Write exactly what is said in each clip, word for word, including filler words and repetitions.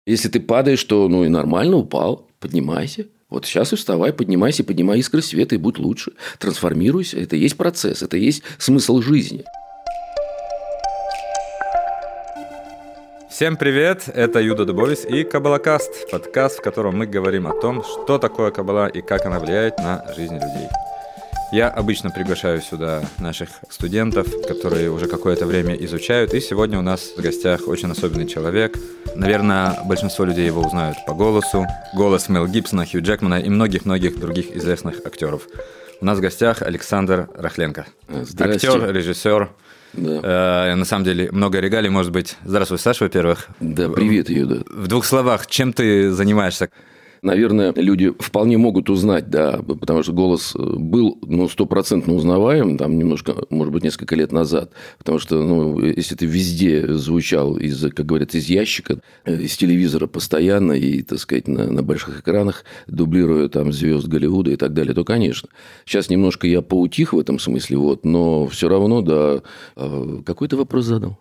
Если ты падаешь, то ну и нормально упал, поднимайся. Вот сейчас и вставай, поднимайся, поднимай искры света и будь лучше. Трансформируйся. Это и есть процесс, это и есть смысл жизни. Всем привет, это Юда Дубовис и Каббалакаст, подкаст, в котором мы говорим о том, что такое Каббала и как она влияет на жизнь людей. Я обычно приглашаю сюда наших студентов, которые уже какое-то время изучают, и сегодня у нас в гостях очень особенный человек. Наверное, большинство людей его узнают по голосу. Голос Мел Гибсона, Хью Джекмана и многих-многих других известных актеров. У нас в гостях Александр Рахленко. Актер, режиссер. Да. Э, на самом деле, много регалий, может быть. Здравствуй, Саша, во-первых. Да, привет, Юда. В двух словах, чем ты занимаешься? Наверное, люди вполне могут узнать, да, потому что голос был, ну, стопроцентно узнаваем, там, немножко, может быть, несколько лет назад, потому что, ну, если ты везде звучал из, как говорят, из ящика, из телевизора постоянно и, так сказать, на, на больших экранах, дублируя там звезд Голливуда и так далее, то, конечно. Сейчас немножко я поутих в этом смысле, вот, но все равно, да, какой ты вопрос задал?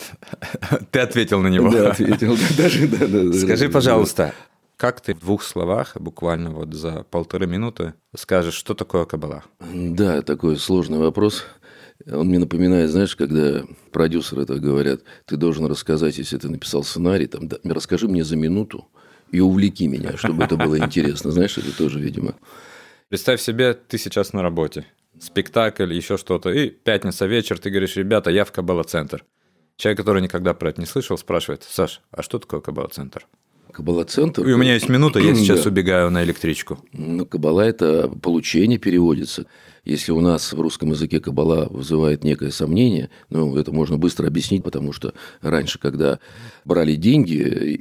Ты ответил на него. Да, ответил. Даже, да, да, Скажи, да, пожалуйста, как ты в двух словах, буквально вот за полторы минуты, скажешь, что такое Каббала? Да, такой сложный вопрос. Он мне напоминает, знаешь, когда продюсеры это говорят, ты должен рассказать, если ты написал сценарий, там, да, расскажи мне за минуту и увлеки меня, чтобы это было интересно. Знаешь, это тоже, видимо. Представь себе, ты сейчас на работе, спектакль, еще что-то, и пятница вечер, ты говоришь, ребята, я в Каббала-центр. Человек, который никогда про это не слышал, спрашивает, Саш, а что такое Каббала-центр? Каббала-центр. И у меня есть минута, я сейчас да. убегаю на электричку. Ну, Каббала – это получение переводится. Если у нас в русском языке Каббала вызывает некое сомнение, ну, это можно быстро объяснить, потому что раньше, когда брали деньги,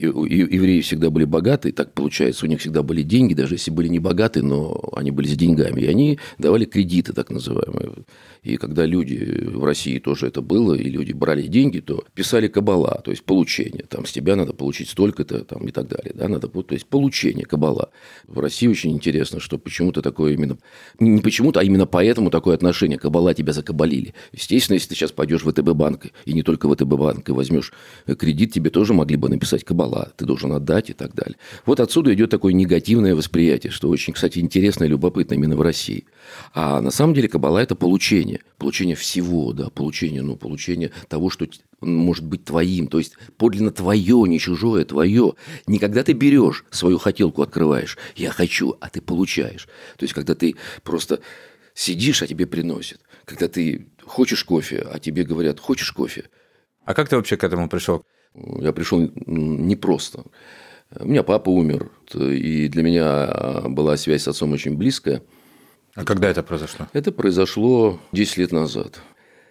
евреи всегда были богаты, так получается, у них всегда были деньги, даже если были не богаты, но они были с деньгами, и они давали кредиты, так называемые. И когда люди, в России тоже это было, и люди брали деньги, то писали Каббала, то есть получение, там, с тебя надо получить столько-то, там, и так далее, да, надо, то есть получение Каббала. В России очень интересно, что почему-то такое именно, не почему-то, а именно поэтому такое отношение, Каббала, тебя закабалили. Естественно, если ты сейчас пойдешь в ВТБ банк, и не только в ВТБ банк, и возьмешь кредит, тебе тоже могли бы написать Каббала, ты должен отдать и так далее. Вот отсюда идет такое негативное восприятие, что очень, кстати, интересно и любопытно именно в России. А на самом деле Каббала – это получение, получение всего, да, получение, ну, получение того, что может быть твоим, то есть подлинно твое, не чужое, твое. Не когда ты берешь свою хотелку, открываешь, я хочу, а ты получаешь. То есть когда ты просто сидишь, а тебе приносят. Когда ты хочешь кофе, а тебе говорят, хочешь кофе. А как ты вообще к этому пришел? Я пришел непросто. У меня папа умер, и для меня была связь с отцом очень близкая. А когда это произошло? Это произошло десять лет назад.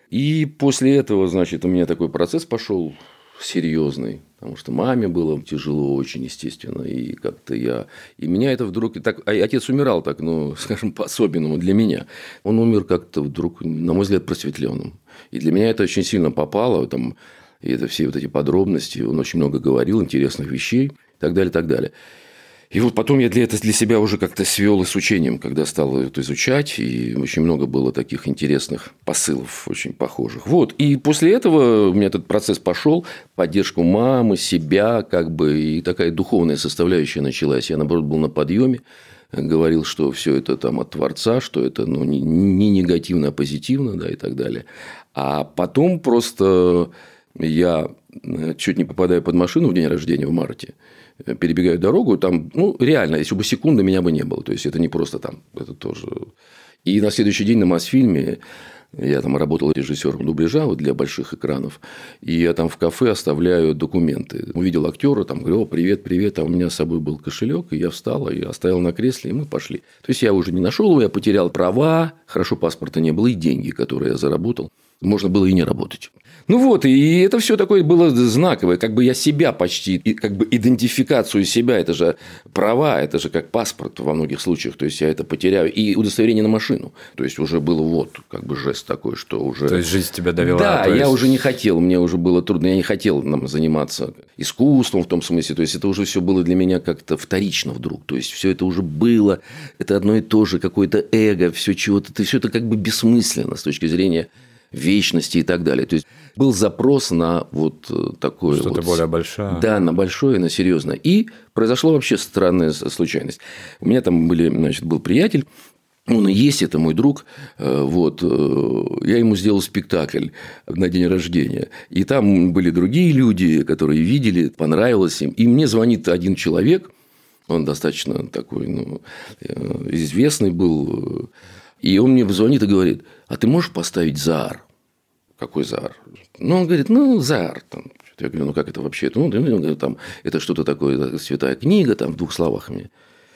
И после этого, значит, у меня такой процесс пошел серьезный, потому что маме было тяжело очень, естественно, и как-то я... И меня это вдруг... И так... А отец умирал так, ну, скажем, по-особенному для меня. Он умер как-то вдруг, на мой взгляд, просветленным. И для меня это очень сильно попало, там, и это все вот эти подробности, он очень много говорил, интересных вещей, и так далее, и так далее. И вот потом я для этого для себя уже как-то свел и с учением, когда стал это изучать, и очень много было таких интересных посылов, очень похожих. Вот. И после этого у меня этот процесс пошел, поддержку мамы, себя, как бы, и такая духовная составляющая началась. Я, наоборот, был на подъеме, говорил, что все это там от Творца, что это ну, не, не негативно, а позитивно, да, и так далее. А потом просто я чуть не попадаю под машину в день рождения в марте. Перебегаю дорогу, там, ну, реально, если бы секунды меня бы не было. То есть, это не просто там, это тоже... И на следующий день на Мосфильме я там работал режиссером дубляжа вот для больших экранов, и я там в кафе оставляю документы. Увидел актера, там, говорю, о, привет, привет, а у меня с собой был кошелек, и я встал, и оставил на кресле, и мы пошли. То есть, я уже не нашел его, я потерял права, хорошо, паспорта не было, и деньги, которые я заработал. Можно было и не работать. Ну вот, и это все такое было знаковое, как бы я себя почти, как бы идентификацию себя, это же права, это же как паспорт во многих случаях, то есть я это потеряю, и удостоверение на машину, то есть уже было вот как бы жест такой, что уже... То есть жизнь тебя довела? Да, то я есть... уже не хотел, мне уже было трудно, я не хотел нам заниматься искусством в том смысле, то есть это уже все было для меня как-то вторично вдруг, то есть все это уже было, это одно и то же, какое-то эго, все чего-то, все это как бы бессмысленно с точки зрения вечности и так далее. То есть был запрос на вот такое что-то вот, более большое. Да, на большое, на серьезное. И произошла вообще странная случайность. У меня там были, значит, был приятель. Он и есть, это мой друг. Вот. Я ему сделал спектакль на день рождения. И там были другие люди, которые видели, понравилось им. И мне звонит один человек, он достаточно такой, ну, известный был. И он мне звонит и говорит: а ты можешь поставить Заар? Какой Заар? Ну, он говорит: ну, Заар. Там. Я говорю: ну, как это вообще? Ну, там, это что-то такое, святая книга, там, в двух словах мне.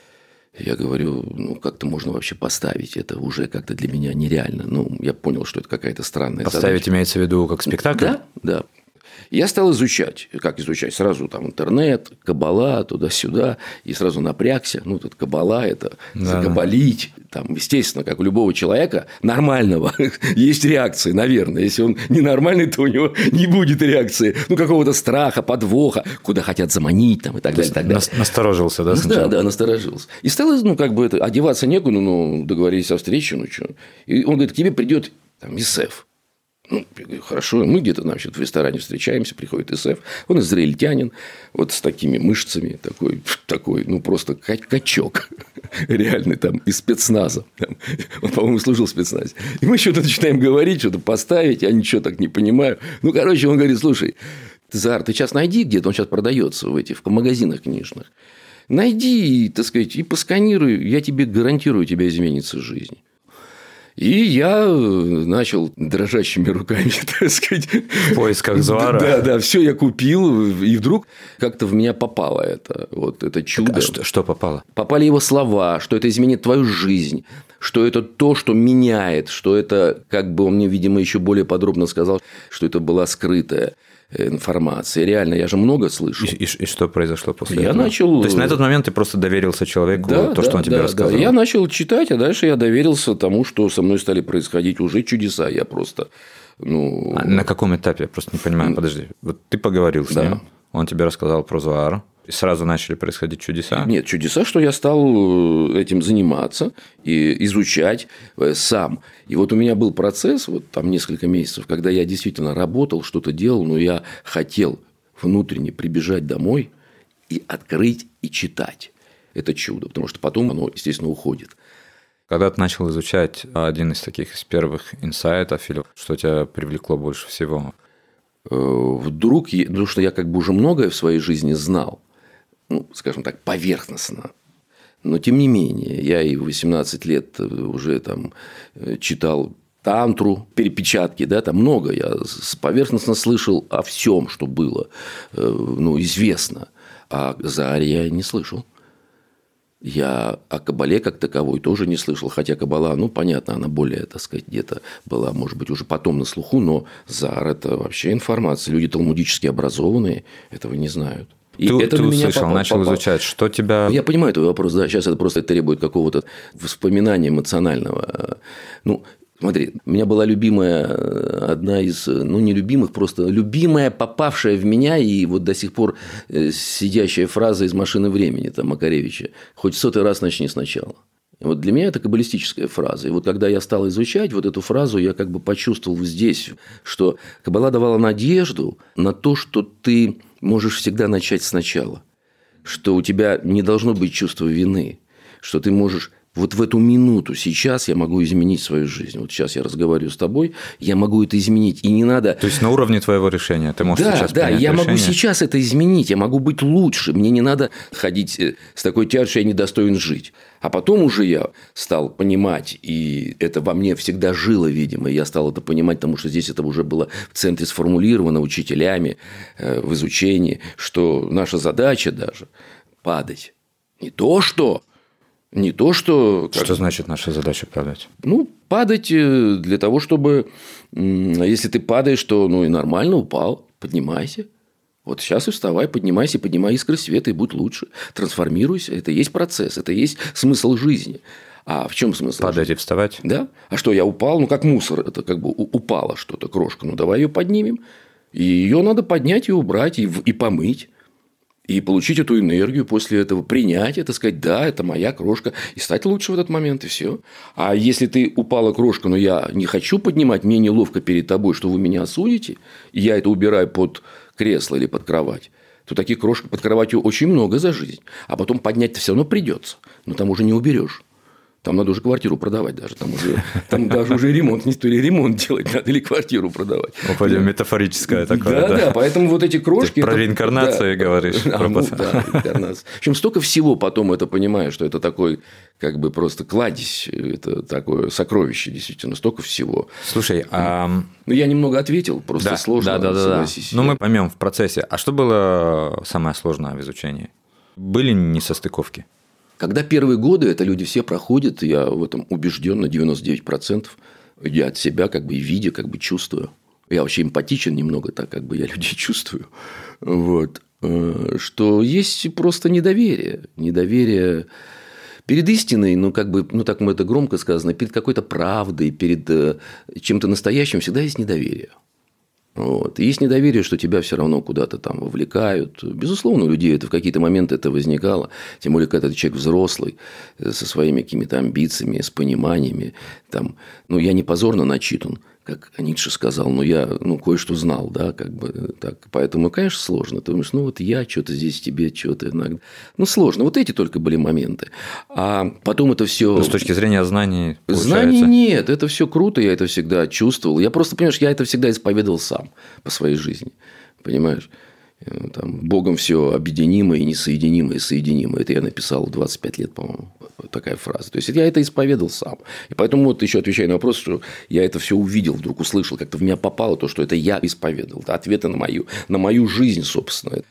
Я говорю: ну, как-то можно вообще поставить, это уже как-то для меня нереально. Ну, я понял, что это какая-то странная поставить задача. Поставить имеется в виду как спектакль? Да, да. Я стал изучать. Как изучать? Сразу там интернет, каббала, туда-сюда. И сразу напрягся. Ну, тут каббала – это да, закабалить. Да. Там, естественно, как у любого человека нормального есть реакции, наверное. Если он ненормальный, то у него не будет реакции. Ну, какого-то страха, подвоха, куда хотят заманить там, и так далее. И так далее. Насторожился, да, сначала? Да, да, насторожился. И стал, ну, как бы это, одеваться некуда, ну, договорились о встрече, ну, что. И он говорит: к тебе придет там ИСЭФ. Ну, я говорю: хорошо, мы где-то, значит, в ресторане встречаемся, приходит ИСЭФ, он израильтянин, вот с такими мышцами, такой, такой, ну, просто качок, реальный там, из спецназа, он, по-моему, служил в спецназе. И мы что-то начинаем говорить, что-то поставить, я ничего так не понимаю. Ну, короче, он говорит: слушай, Заар, ты сейчас найди где-то, он сейчас продается в этих, в магазинах книжных, найди, так сказать, и посканируй, я тебе гарантирую, у тебя изменится жизнь. И я начал дрожащими руками, так сказать, в поисках Заара. Да, да, все я купил, и вдруг как-то в меня попало это, вот это чудо. Так, а что, что попало? Попали его слова, что это изменит твою жизнь, что это то, что меняет, что это, как бы он мне, видимо, еще более подробно сказал, что это была скрытая информация. Реально, я же много слышал. И, и, и что произошло после я этого? Начал... То есть, на этот момент ты просто доверился человеку, да, то, да, что он тебе да, рассказал? Да. Я начал читать, а дальше я доверился тому, что со мной стали происходить уже чудеса. Я просто... Ну... А на каком этапе? Я просто не понимаю. Подожди. Вот ты поговорил с да. ним, он тебе рассказал про Заар, и сразу начали происходить чудеса? Нет, чудеса, что я стал этим заниматься и изучать сам. И вот у меня был процесс, вот там несколько месяцев, когда я действительно работал, что-то делал, но я хотел внутренне прибежать домой и открыть и читать. Это чудо, потому что потом оно, естественно, уходит. Когда ты начал изучать один из таких из первых инсайтов, или что тебя привлекло больше всего? Вдруг, потому что я как бы уже многое в своей жизни знал, ну, скажем так, поверхностно. Но, тем не менее, я и в восемнадцать лет уже там читал тантру, перепечатки, да, там много. Я поверхностно слышал о всем, что было, ну, известно. А о Зааре я не слышал. Я о каббале как таковой тоже не слышал, хотя каббала, ну, понятно, она более, так сказать, где-то была, может быть, уже потом на слуху, но Заар – это вообще информация. Люди талмудически образованные этого не знают. И ты это ты меня услышал, попал, начал попал. изучать, что тебя… Я понимаю твой вопрос, да, сейчас это просто требует какого-то воспоминания эмоционального. Ну, смотри, у меня была любимая, одна из, ну, не любимых, просто любимая, попавшая в меня и вот до сих пор сидящая фраза из «Машины времени» там, Макаревича: «Хоть сотый раз начни сначала». И вот для меня это каббалистическая фраза. И вот когда я стал изучать вот эту фразу, я как бы почувствовал здесь, что каббала давала надежду на то, что ты можешь всегда начать сначала, что у тебя не должно быть чувства вины, что ты можешь… Вот в эту минуту, сейчас я могу изменить свою жизнь. Вот сейчас я разговариваю с тобой, я могу это изменить, и не надо… То есть, на уровне твоего решения ты можешь да, сейчас да, принять я решение? могу сейчас это изменить, я могу быть лучше, мне не надо ходить с такой тяжестью, я недостоин жить. А потом уже я стал понимать, и это во мне всегда жило, видимо, и я стал это понимать, потому что здесь это уже было в центре сформулировано учителями в изучении, что наша задача даже падать. Не то, что… Не то, что… Что как... значит наша задача падать? Ну, падать для того, чтобы… Если ты падаешь, то ну и нормально упал, поднимайся. Вот сейчас и вставай, поднимайся, поднимай искры света и будь лучше. Трансформируйся. Это и есть процесс, это и есть смысл жизни. А в чем смысл? Падать жизни? И вставать? Да. А что, я упал? Ну, как мусор. Это как бы упало что-то, крошка. Ну, давай ее поднимем. И ее надо поднять и убрать, и, и помыть. И получить эту энергию после этого, принять это, сказать, да, это моя крошка, и стать лучше в этот момент, и все. А если ты упала крошка, но я не хочу поднимать, мне неловко перед тобой, что вы меня осудите, и я это убираю под кресло или под кровать, то таких крошек под кроватью очень много за жизнь. А потом поднять-то все равно придется, но там уже не уберешь. Там надо уже квартиру продавать даже. Там, уже, там даже уже ремонт, не то ли ремонт делать надо, или квартиру продавать. Уходим в метафорическое такое. Да, да, да, поэтому вот эти крошки... Ты про это... реинкарнацию да, говоришь. А, про... ну, да, реинкарнацию. В общем, столько всего потом это понимаешь, что это такой, как бы просто кладезь, это такое сокровище, действительно, столько всего. Слушай, а... Ну, я немного ответил, просто да, сложно, да, да, согласись. Да. Ну, мы поймем в процессе. А что было самое сложное в изучении? Были несостыковки? Когда первые годы это люди все проходят, я в этом убежден на девяносто девять процентов, я от себя как бы видя, как бы чувствую. Я вообще эмпатичен немного, так как бы я людей чувствую. Вот. Что есть просто недоверие. Недоверие перед истиной, ну, как бы, ну, так это громко сказано, перед какой-то правдой, перед чем-то настоящим всегда есть недоверие. Вот. И есть недоверие, что тебя все равно куда-то там вовлекают. Безусловно, у людей это в какие-то моменты это возникало. Тем более, когда ты человек взрослый, со своими какими-то амбициями, с пониманиями. Там, ну, я не позорно начитан, как Ницше сказал, но я ну, кое-что знал, да, как бы так. Поэтому, конечно, сложно. Ты думаешь, ну, вот я что-то здесь тебе, что-то иногда. Ну, сложно. Вот эти только были моменты. А потом это все. Ну, с точки зрения знаний. Получается... Знаний нет. Это все круто, я это всегда чувствовал. Я просто, понимаешь, я это всегда исповедовал сам по своей жизни. Понимаешь? Там, Богом все объединимое и несоединимое, и соединимое. Это я написал в двадцать пять лет, по-моему, такая фраза. То есть, я это исповедовал сам. И поэтому, вот еще отвечая на вопрос, что я это все увидел, вдруг услышал, как-то в меня попало то, что это я исповедовал. Это ответы на мою, на мою жизнь, собственно.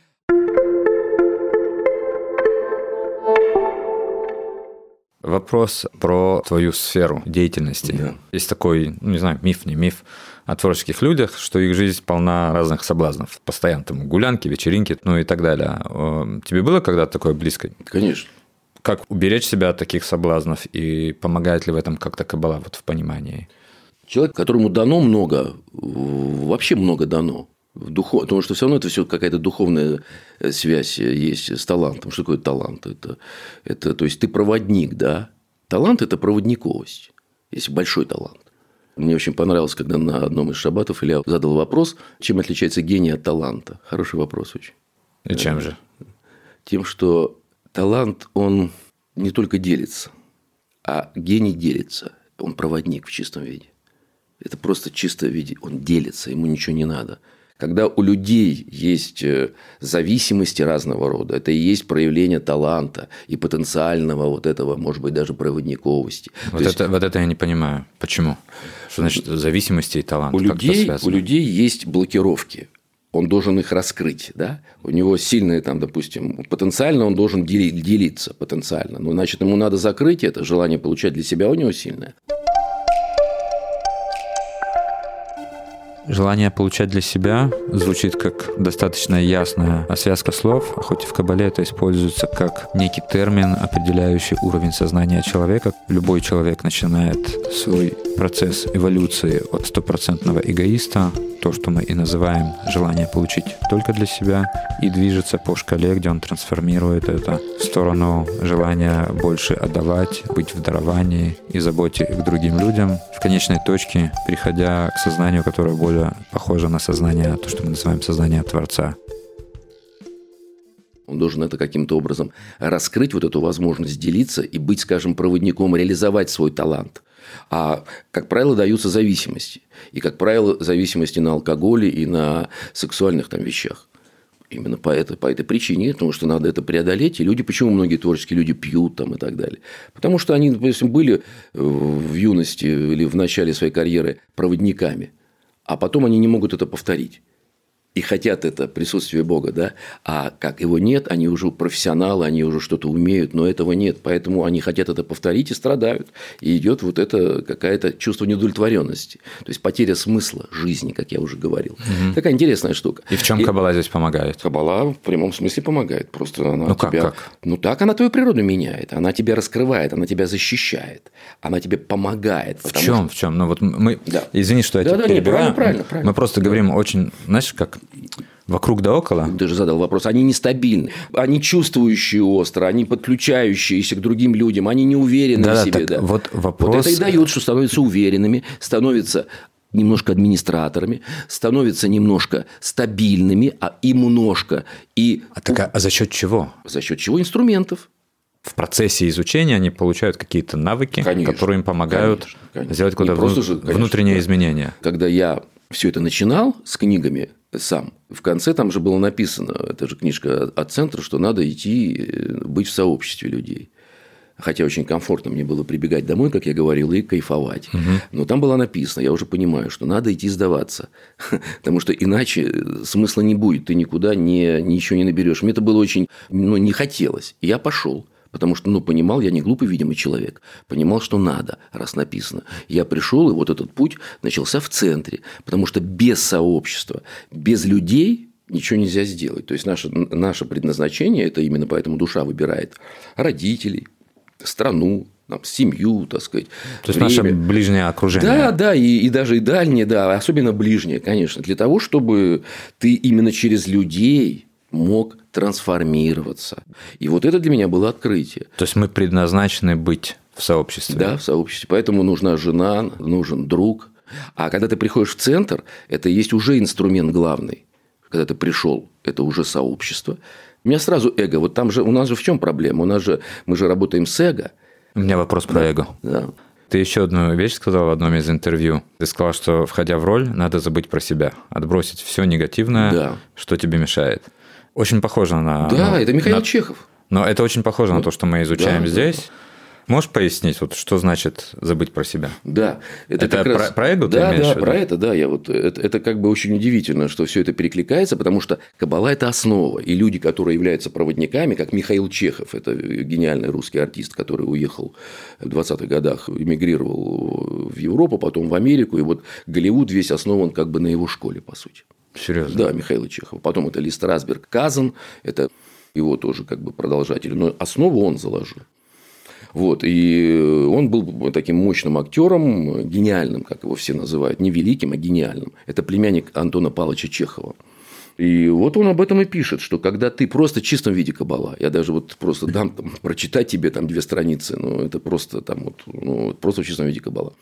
Вопрос про твою сферу деятельности. Да. Есть такой, ну, не знаю, миф, не миф, о творческих людях, что их жизнь полна разных соблазнов. Постоянно там гулянки, вечеринки, ну и так далее. Тебе было когда-то такое близко? Конечно. Как уберечь себя от таких соблазнов и помогает ли в этом как-то каббала вот в понимании? Человек, которому дано много, вообще много дано. В духов... Потому что все равно это все какая-то духовная связь есть с талантом. Что такое талант? Это, это, то есть ты проводник, да? Талант – это проводниковость, если большой талант. Мне очень понравилось, когда на одном из шаббатов Илья задал вопрос, чем отличается гений от таланта. Хороший вопрос очень. И чем же? Тем, что талант, он не только делится, а гений делится. Он проводник в чистом виде. Это просто чистое виде. Он делится, ему ничего не надо. Когда у людей есть зависимости разного рода, это и есть проявление таланта и потенциального вот этого, может быть, даже проводниковости. Вот, это, есть... вот это я не понимаю. Почему? Что значит зависимости и талант? У людей, у людей есть блокировки. Он должен их раскрыть. Да? У него сильные, там, допустим, потенциально он должен делиться потенциально. Но, значит, ему надо закрыть это, желание получать для себя у него сильное. Желание получать для себя звучит как достаточно ясная связка слов, хоть и в каббале это используется как некий термин, определяющий уровень сознания человека. Любой человек начинает свой процесс эволюции от стопроцентного эгоиста, то, что мы и называем желание получить только для себя, и движется по шкале, где он трансформирует это в сторону желания больше отдавать, быть в даровании и заботе к другим людям, в конечной точке приходя к сознанию, которое более похоже на сознание, то, что мы называем сознание Творца. Он должен это каким-то образом раскрыть, вот эту возможность делиться и быть, скажем, проводником, реализовать свой талант. А, как правило, даются зависимости. И, как правило, зависимости на алкоголе и на сексуальных там вещах. Именно по этой, по этой причине, потому что надо это преодолеть. И люди, почему многие творческие люди пьют там и так далее? Потому что они, допустим, были в юности или в начале своей карьеры проводниками, а потом они не могут это повторить. И хотят это присутствие Бога, да, а как его нет, они уже профессионалы, они уже что-то умеют, но этого нет, поэтому они хотят это повторить и страдают. И идет вот это какое-то чувство неудовлетворенности, то есть потеря смысла жизни, как я уже говорил. Угу. Такая интересная штука. И в чем каббала здесь помогает? Каббала в прямом смысле помогает, просто она ну, как, тебя, как? ну так она твою природу меняет, она тебя раскрывает, она тебя защищает, она тебе помогает. В чем, что... в чем? Ну вот мы, да. извини, что я да, тебя да, перебиваю, правильно, правильно, правильно. Мы просто говорим очень, знаешь, как Вокруг да около? Ты же задал вопрос. Они нестабильны. Они чувствующие остро, они подключающиеся к другим людям, они не уверены да, в себе. Так да. вот, вопрос... вот это и дает, что становятся уверенными, становятся немножко администраторами, становятся немножко стабильными, а и немножко. И... А, так, а за счет чего? За счет чего? Инструментов. В процессе изучения они получают какие-то навыки, конечно, которые им помогают конечно, конечно. сделать какое-то вну... же, конечно, внутреннее да. изменение. Когда я все это начинал с книгами сам, в конце там же было написано, это же книжка от центра, что надо идти быть в сообществе людей. Хотя очень комфортно мне было прибегать домой, как я говорил, и кайфовать. Угу. Но там было написано, я уже понимаю, что надо идти сдаваться. Потому что иначе смысла не будет, ты никуда не, ничего не наберешь. Мне это было очень, ну, не хотелось. И я пошел. Потому что, ну, понимал, я не глупый, видимый человек. Понимал, что надо, раз написано. Я пришел, и вот этот путь начался в центре. Потому что без сообщества, без людей ничего нельзя сделать. То есть, наше, наше предназначение, это именно поэтому душа выбирает родителей, страну, там, семью, так сказать. То есть, время. Наше ближнее окружение. Да, да, и, и даже и дальнее, да, особенно ближнее, конечно. Для того, чтобы ты именно через людей мог трансформироваться. И вот это для меня было открытие. То есть, мы предназначены быть в сообществе. Да, в сообществе. Поэтому нужна жена, нужен друг. А когда ты приходишь в центр, это есть уже инструмент главный. Когда ты пришел, это уже сообщество. У меня сразу эго. Вот там же у нас же в чем проблема? У нас же мы же работаем с эго. У меня вопрос про да, эго. Да. Ты еще одну вещь сказал в одном из интервью. Ты сказал, что, входя в роль, надо забыть про себя, отбросить все негативное, да. что тебе мешает. Очень похоже на... Да, ну, это Михаил на... Чехов. Но это очень похоже ну, на то, что мы изучаем да, здесь. Да. Можешь пояснить, вот, что значит забыть про себя? Да. Это, это как про, раз... про эго да, ты имеешь да, в виду? про это, да. Я вот... это, это как бы очень удивительно, что все это перекликается, потому что Каббала – это основа. И люди, которые являются проводниками, как Михаил Чехов, это гениальный русский артист, который уехал в двадцатых годах, эмигрировал в Европу, потом в Америку, и вот Голливуд весь основан как бы на его школе, по сути. Серьезно? Да, Михаила Чехова. Потом это Ли Страсберг Казан, это его тоже как бы продолжатель, но основу он заложил. Вот, и он был таким мощным актером, гениальным, как его все называют, не великим, а гениальным. Это племянник Антона Павловича Чехова. И вот он об этом и пишет, что когда ты просто в чистом виде Каббала, я даже вот просто дам там, прочитать тебе там две страницы, ну, это просто там вот, ну, просто в чистом виде Каббала.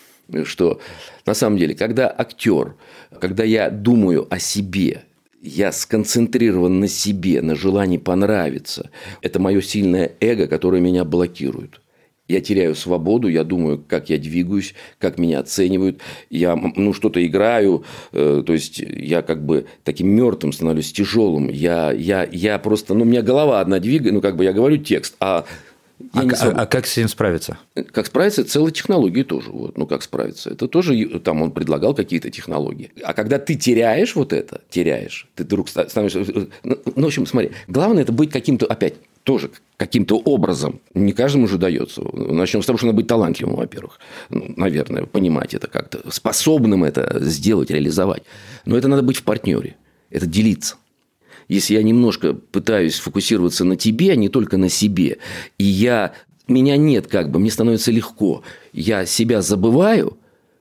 Что на самом деле, когда актер, когда я думаю о себе, я сконцентрирован на себе, на желании понравиться. Это мое сильное эго, которое меня блокирует. Я теряю свободу, я думаю, как я двигаюсь, как меня оценивают. Я ну, что-то играю, э, то есть я как бы таким мертвым становлюсь, тяжелым. Я, я, я просто, ну, у меня голова одна двигает, ну, как бы я говорю текст, а... А, а, а как с ним справиться? Как справиться? Целые технологии тоже. Вот. Ну, как справиться? Это тоже там он предлагал какие-то технологии. А когда ты теряешь вот это, теряешь, ты вдруг становишься... Ну, в общем, смотри, главное – это быть каким-то, опять, тоже каким-то образом. Не каждому же дается. Начнем с того, что надо быть талантливым, во-первых. Ну, наверное, понимать это как-то. Способным это сделать, реализовать. Но это надо быть в партнере. Это делиться. Если я немножко пытаюсь фокусироваться на тебе, а не только на себе, и я, меня нет как бы, мне становится легко, я себя забываю,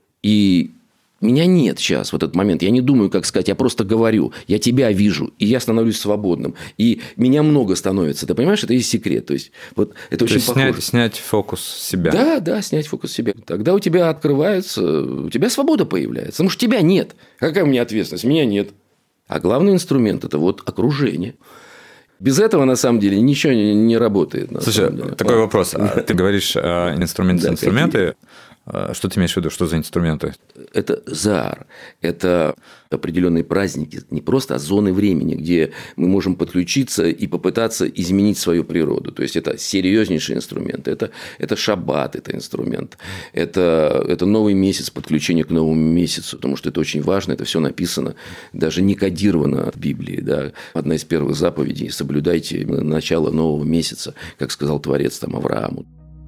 и меня нет сейчас в этот момент, я не думаю, как сказать, я просто говорю, я тебя вижу, и я становлюсь свободным, и меня много становится, ты понимаешь, это есть секрет, то есть вот это то очень есть похоже. Снять, снять фокус с себя. Да, да, снять фокус с себя. Тогда у тебя открывается, у тебя свобода появляется, потому что тебя нет. Какая у меня ответственность? Меня нет. А главный инструмент – это вот окружение. Без этого, на самом деле, ничего не, не работает. На Слушай, самом деле. такой вопрос. Ты говоришь инструменты, инструменты. Что ты имеешь в виду? Что за инструменты? Это заар. Это определенные праздники, не просто, а зоны времени, где мы можем подключиться и попытаться изменить свою природу. То есть, это серьезнейший инструмент. Это, это шаббат, это инструмент. Это, это новый месяц, подключение к новому месяцу. Потому что это очень важно. Это все написано, даже не кодировано в Библии. Да. Одна из первых заповедей – соблюдайте начало нового месяца, как сказал Творец там, Аврааму.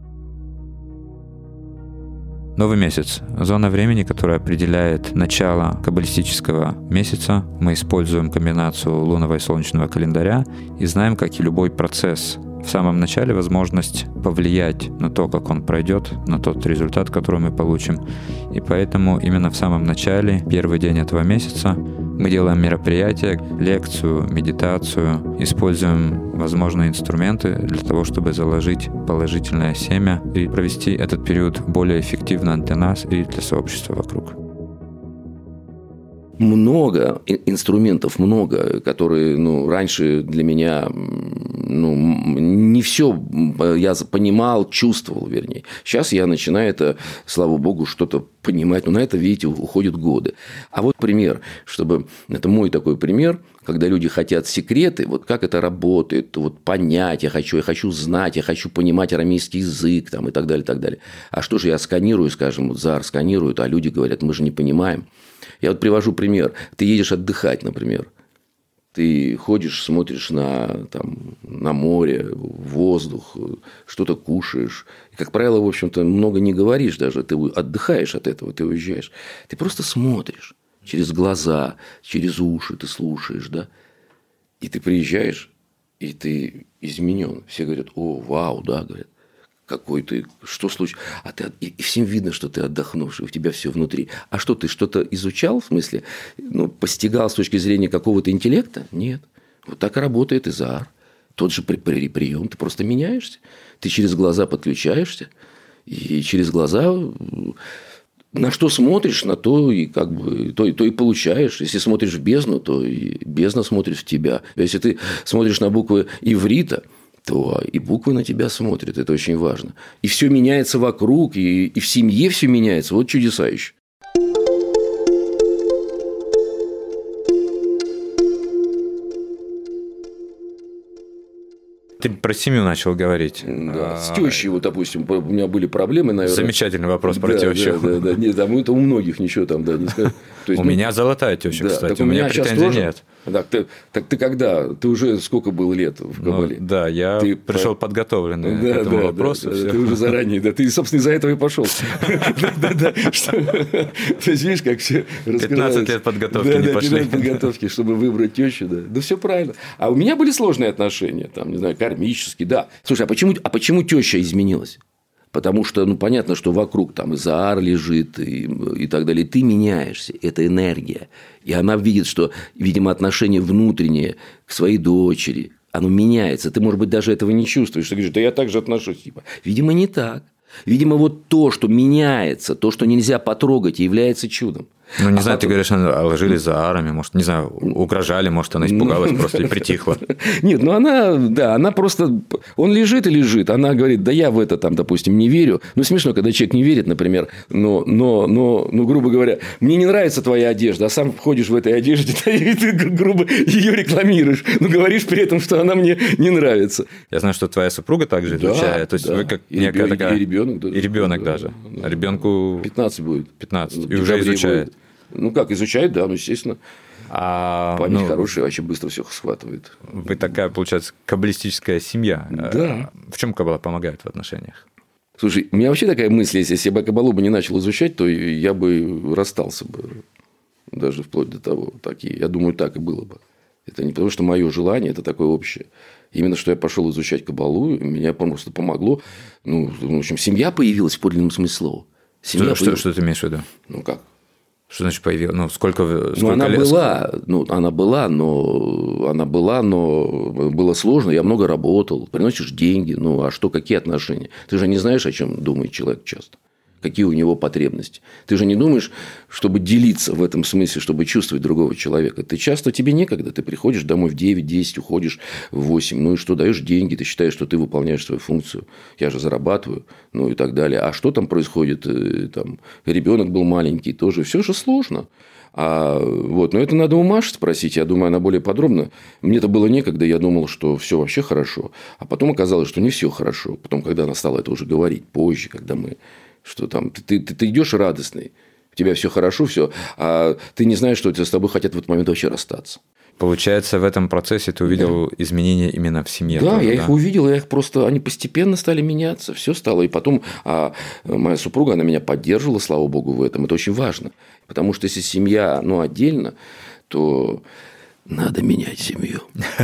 Новый месяц – зона времени, которая определяет начало каббалистического месяца. Мы используем комбинацию лунного и солнечного календаря и знаем, как и любой процесс, в самом начале возможность повлиять на то, как он пройдет, на тот результат, который мы получим. И поэтому именно в самом начале, первый день этого месяца, Мы делаем мероприятия, лекцию, медитацию, используем возможные инструменты для того, чтобы заложить положительное семя и провести этот период более эффективно для нас и для сообщества вокруг. Много инструментов, много, которые, ну, раньше для меня, ну, не все я понимал, чувствовал, вернее. Сейчас я начинаю это, слава богу, что-то понимать, но на это, видите, уходят годы. А вот пример, чтобы, это мой такой пример, когда люди хотят секреты, вот как это работает, вот понять, я хочу, я хочу знать, я хочу понимать арамейский язык там, и так далее, и так далее. А что же я сканирую, скажем, вот Заар сканирует, а люди говорят, мы же не понимаем. Я вот привожу пример. Ты едешь отдыхать, например. Ты ходишь, смотришь на, там, на море, воздух, что-то кушаешь. И, как правило, в общем-то, много не говоришь даже. Ты отдыхаешь от этого, ты уезжаешь. Ты просто смотришь через глаза, через уши ты слушаешь, да? И ты приезжаешь, и ты изменен. Все говорят, о, вау, да, говорят. Какой ты, что случилось? А ты, и, и всем видно, что ты отдохнувший, у тебя все внутри. А что, ты что-то изучал, в смысле, ну, постигал с точки зрения какого-то интеллекта? Нет. Вот так и работает и Заар. Тот же при, при, прием, ты просто меняешься. Ты через глаза подключаешься, и через глаза на что смотришь, на то и, как бы, то, то и получаешь. Если смотришь в бездну, то и бездна смотрит в тебя. Если ты смотришь на буквы иврита, то и буквы на тебя смотрят, это очень важно. И все меняется вокруг, и, и в семье все меняется. Вот чудеса еще. Ты про семью начал говорить. Да, с тещей, вот, допустим, у меня были проблемы, наверное. Замечательный вопрос про да, тещу. Да, да, да. Нет, там это у многих ничего там, да, не скажу. То есть, у ну, меня золотая теща, да, кстати, у, у меня претензий нет. Так ты, так ты когда? Ты уже сколько было лет в Кабале? Ну, да, я ты пришел по... подготовленный да, к этому да, вопросу. Да, да, ты уже заранее, да. Ты, собственно, из-за этого и пошел. Да-да-да. То есть, видишь, как все раскрывается. пятнадцать лет подготовки не пошли. пятнадцать лет подготовки, чтобы выбрать тещу, да. Да все правильно. А у меня были сложные отношения, там, не знаю, кармические, да. Слушай, а почему, а почему теща изменилась? Потому что, ну, понятно, что вокруг там и Заар лежит, и, и так далее. И ты меняешься, это энергия. И она видит, что, видимо, отношение внутреннее к своей дочери, оно меняется. Ты, может быть, даже этого не чувствуешь. Ты говоришь, да я так же отношусь. Типа. Видимо, не так. Видимо, вот то, что меняется, то, что нельзя потрогать, является чудом. Ну, не а знаю, потом... ты говоришь, ложили Заарами, может, не знаю, угрожали, может, она испугалась ну... просто и притихла. Нет, ну она, да, она просто, он лежит и лежит, она говорит, да я в это там, допустим, не верю. Ну, смешно, когда человек не верит, например, но, но, но, ну, грубо говоря, мне не нравится твоя одежда, а сам входишь в этой одежде, и ты, грубо, ее рекламируешь, но говоришь при этом, что она мне не нравится. Я знаю, что твоя супруга также да, изучает, то есть да. Вы как и некая ребенок, такая... И ребенок, да, и ребенок да, даже. Да. Ребенку пятнадцать будет. пятнадцать. И уже изучает. Будет. Ну, как, изучает, да, ну, естественно. А, Память ну, хорошая, вообще быстро все схватывает. Вы такая, получается, каббалистическая семья. Да. В чем каббала помогает в отношениях? Слушай, у меня вообще такая мысль, если я бы каббалу бы не начал изучать, то я бы расстался бы. Даже вплоть до того. Такие. Я думаю, так и было бы. Это не потому, что мое желание, это такое общее. Именно что я пошел изучать каббалу, меня просто помогло. Ну, в общем, семья появилась в подлинном смысле слова. Семья что, что, что ты имеешь в виду? Ну, как? Что значит появилась? Ну, сколько, сколько ну, она лет? была, ну, она была, но она была, но было сложно. Я много работал, приносишь деньги. Ну, а что, какие отношения? Ты же не знаешь, о чем думает человек часто. Какие у него потребности. Ты же не думаешь, чтобы делиться в этом смысле, чтобы чувствовать другого человека. Ты часто, тебе некогда. Ты приходишь домой в девять-десять, уходишь в восемь. Ну и что, даешь деньги, ты считаешь, что ты выполняешь свою функцию. Я же зарабатываю, ну и так далее. А что там происходит? Там, ребенок был маленький, тоже. Все же сложно. А, вот, но это надо у Маши спросить, я думаю, она более подробно. Мне-то было некогда, я думал, что все вообще хорошо. А потом оказалось, что не все хорошо. Потом, когда она стала это уже говорить, позже, когда мы... Что там, ты, ты, ты идешь радостный, у тебя все хорошо, все, а ты не знаешь, что с тобой хотят в этот момент вообще расстаться. Получается, в этом процессе ты увидел да. изменения именно в семье. Да, тоже, я да? их увидел, я их просто, они постепенно стали меняться, все стало. И потом а моя супруга, она меня поддерживала, слава богу, в этом. Это очень важно. Потому что если семья, ну, отдельно, то надо менять семью.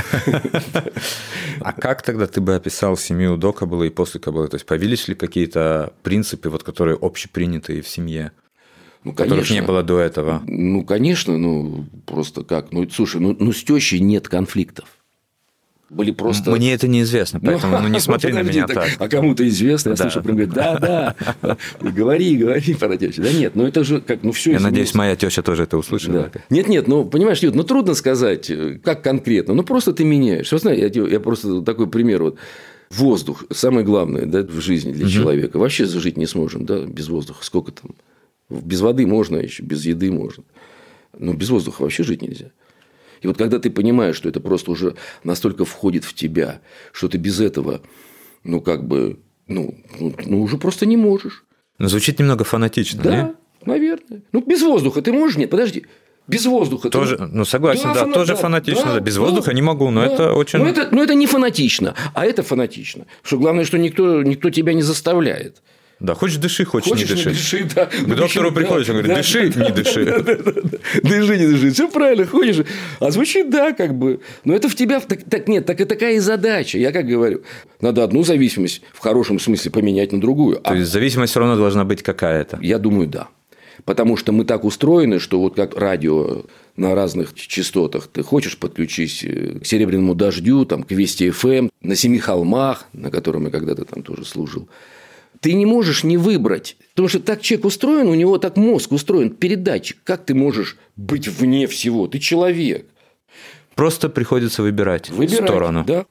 А как тогда ты бы описал семью до каббалы и после каббалы? То есть появились ли какие-то принципы, вот, которые общепринятые в семье? Ну, которых не было до этого. Ну, конечно, ну, просто как? Ну, слушай, ну, ну с тещей нет конфликтов. Были просто... Мне это неизвестно, поэтому ну, ну, не смотри подожди, на меня так. так. А кому-то известно, я да. слышу, прям говорит, да, да, говори, говори про тещу. Да нет, ну это же как, ну все. Я надеюсь, моя теща тоже это услышала. Да. Нет, нет, ну понимаешь, Юд, ну трудно сказать, как конкретно, ну просто ты меняешь. Вот знаешь, я, я просто такой пример, вот воздух, самое главное, да, в жизни для угу. человека. Вообще жить не сможем, да, без воздуха. Сколько там? Без воды можно еще, без еды можно. Но без воздуха вообще жить нельзя. И вот когда ты понимаешь, что это просто уже настолько входит в тебя, что ты без этого, ну, как бы, ну, ну, ну уже просто не можешь. Но звучит немного фанатично, да? Да, наверное. Ну, без воздуха ты можешь? Нет, подожди. Без воздуха. Тоже, ты... Ну, согласен, да, да фана... тоже да, фанатично. Да, да. Без да, воздуха не могу, но да. это очень... Но это, но это не фанатично, а это фанатично. Что главное, что никто, никто тебя не заставляет. Да, хочешь дыши, хочешь, хочешь не дыши. Не дыши да. К доктору да, приходишь, он говорит, да, дыши, да, не дыши. Да, да, да, да. Дыши, не дыши. Все правильно, ходишь. А звучит, да, как бы. Но это в тебя... Так, так нет, так и такая и задача. Я как говорю, надо одну зависимость в хорошем смысле поменять на другую. То а... есть зависимость все равно должна быть какая-то? Я думаю, да. Потому что мы так устроены, что вот как радио на разных частотах. Ты хочешь подключись к Серебряному дождю, там, к Вести эф эм, на Семи холмах, на котором я когда-то там тоже служил. Ты не можешь не выбрать, потому что так человек устроен, у него так мозг устроен, передатчик. Как ты можешь быть вне всего? Ты человек. Просто приходится выбирать, выбирать сторону. Да.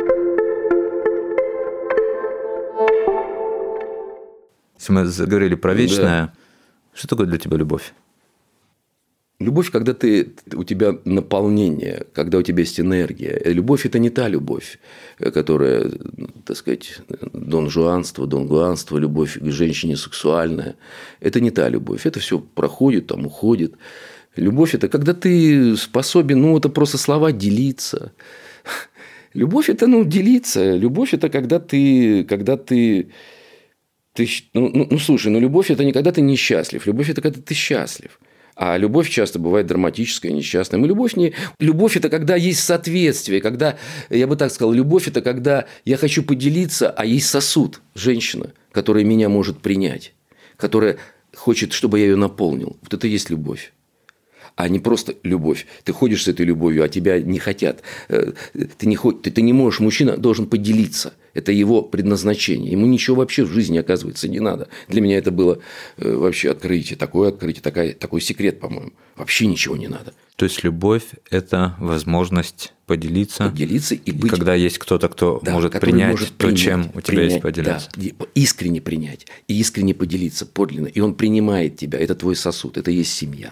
Если мы заговорили про вечное, да. Что такое для тебя любовь? Любовь, когда ты, у тебя наполнение, когда у тебя есть энергия. Любовь – это не та любовь, которая, так сказать, донжуанство, донгуанство, любовь к женщине сексуальная. Это не та любовь. Это все проходит, там, уходит. Любовь – это когда ты способен, ну, это просто слова делиться. Любовь – это, ну, делиться. Любовь – это когда ты, когда ты, ты ну, ну, ну, слушай, ну, любовь – это не когда ты несчастлив. Любовь – это когда ты счастлив. А любовь часто бывает драматическая, несчастная. Мы любовь не... Любовь – это когда есть соответствие, когда, я бы так сказал, любовь – это когда я хочу поделиться, а есть сосуд, женщина, которая меня может принять, которая хочет, чтобы я ее наполнил. Вот это и есть любовь. А не просто любовь. Ты ходишь с этой любовью, а тебя не хотят. Ты не, ход... ты не можешь, мужчина должен поделиться. Это его предназначение. Ему ничего вообще в жизни, оказывается, не надо. Для меня это было вообще открытие. Такое открытие, такая, такой секрет, по-моему. Вообще ничего не надо. То есть любовь – это возможность поделиться. Поделиться и быть… Когда есть кто-то, кто да, может принять может то, принять, чем у тебя принять, есть поделиться. Да, искренне принять. И искренне поделиться, подлинно. И он принимает тебя. Это твой сосуд. Это и есть семья.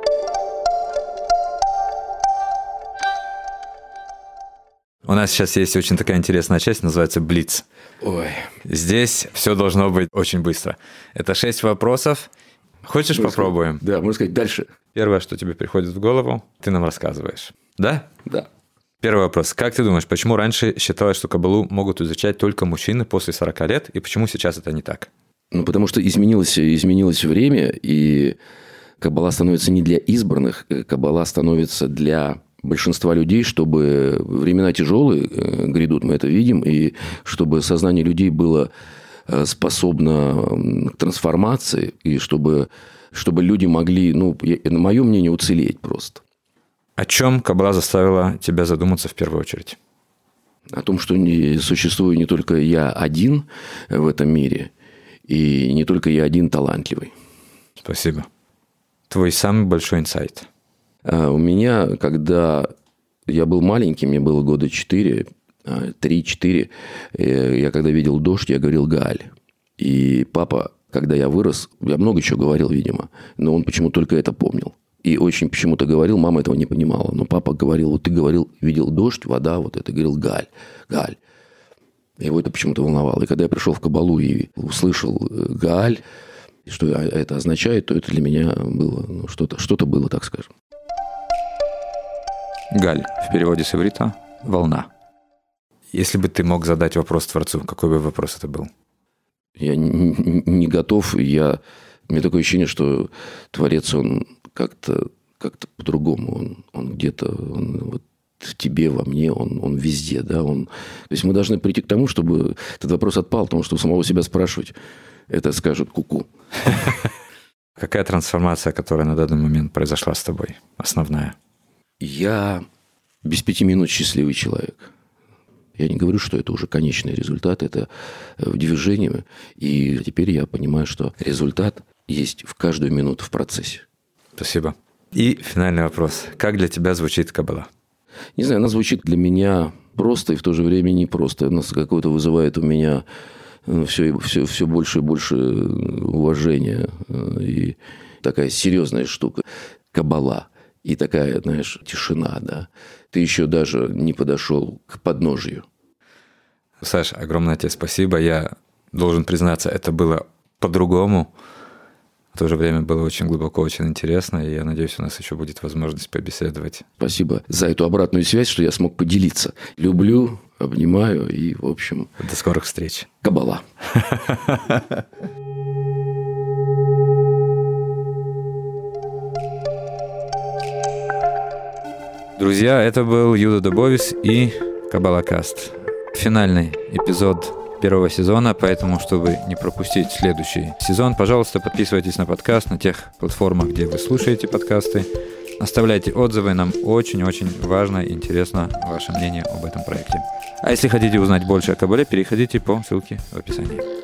У нас сейчас есть очень такая интересная часть, называется «Блиц». Ой. Здесь все должно быть очень быстро. Это шесть вопросов. Хочешь, можно попробуем? Сказать, да, можно сказать дальше. Первое, что тебе приходит в голову, ты нам рассказываешь. Да? Да. Первый вопрос. Как ты думаешь, почему раньше считалось, что кабалу могут изучать только мужчины после сорока лет, и почему сейчас это не так? Ну, потому что изменилось, изменилось время, и кабала становится не для избранных, кабала становится для большинства людей, чтобы времена тяжелые грядут, мы это видим, и чтобы сознание людей было способно к трансформации, и чтобы, чтобы люди могли, ну, на мое мнение, уцелеть просто. О чем кабала заставила тебя задуматься в первую очередь? О том, что не, существую не только я один в этом мире, и не только я один талантливый. Спасибо. Твой самый большой инсайт? А у меня, когда я был маленький, мне было года четыре, три-четыре, я когда видел дождь, я говорил «Гааль». И папа, когда я вырос, я много чего говорил, видимо, но он почему-то только это помнил. И очень почему-то говорил, мама этого не понимала, но папа говорил, вот ты говорил, видел дождь, вода, вот это, говорил «Гааль», «Гааль». Его это почему-то волновало. И когда я пришел в кабалу и услышал «Гааль», что это означает, то это для меня было, ну, что-то, что-то было, так скажем. Галь, в переводе с иврита – волна. Если бы ты мог задать вопрос Творцу, какой бы вопрос это был? Я не, не готов. Я... У меня такое ощущение, что Творец, он как-то, как-то по-другому. Он, он где-то он вот в тебе, во мне, он, он везде. Да? Он... То есть мы должны прийти к тому, чтобы этот вопрос отпал, потому что у самого себя спрашивать, это скажут ку-ку. Какая трансформация, которая на данный момент произошла с тобой, основная? Я без пяти минут счастливый человек. Я не говорю, что это уже конечный результат, это в движении. И теперь я понимаю, что результат есть в каждую минуту в процессе. Спасибо. И финальный вопрос. Как для тебя звучит Каббала? Не знаю, она звучит для меня просто и в то же время не просто. Она какое-то вызывает у меня все, все, все больше и больше уважения. И такая серьезная штука. Каббала. И такая, знаешь, тишина, да. Ты еще даже не подошел к подножию. Саш, огромное тебе спасибо. Я должен признаться, это было по-другому. В то же время было очень глубоко, очень интересно. И я надеюсь, у нас еще будет возможность побеседовать. Спасибо за эту обратную связь, что я смог поделиться. Люблю, обнимаю и, в общем... До скорых встреч. Каббала. Друзья, это был Юда Дубовис и Каббалакаст. Финальный эпизод первого сезона, поэтому, чтобы не пропустить следующий сезон, пожалуйста, подписывайтесь на подкаст на тех платформах, где вы слушаете подкасты. Оставляйте отзывы, нам очень-очень важно и интересно ваше мнение об этом проекте. А если хотите узнать больше о Каббале, переходите по ссылке в описании.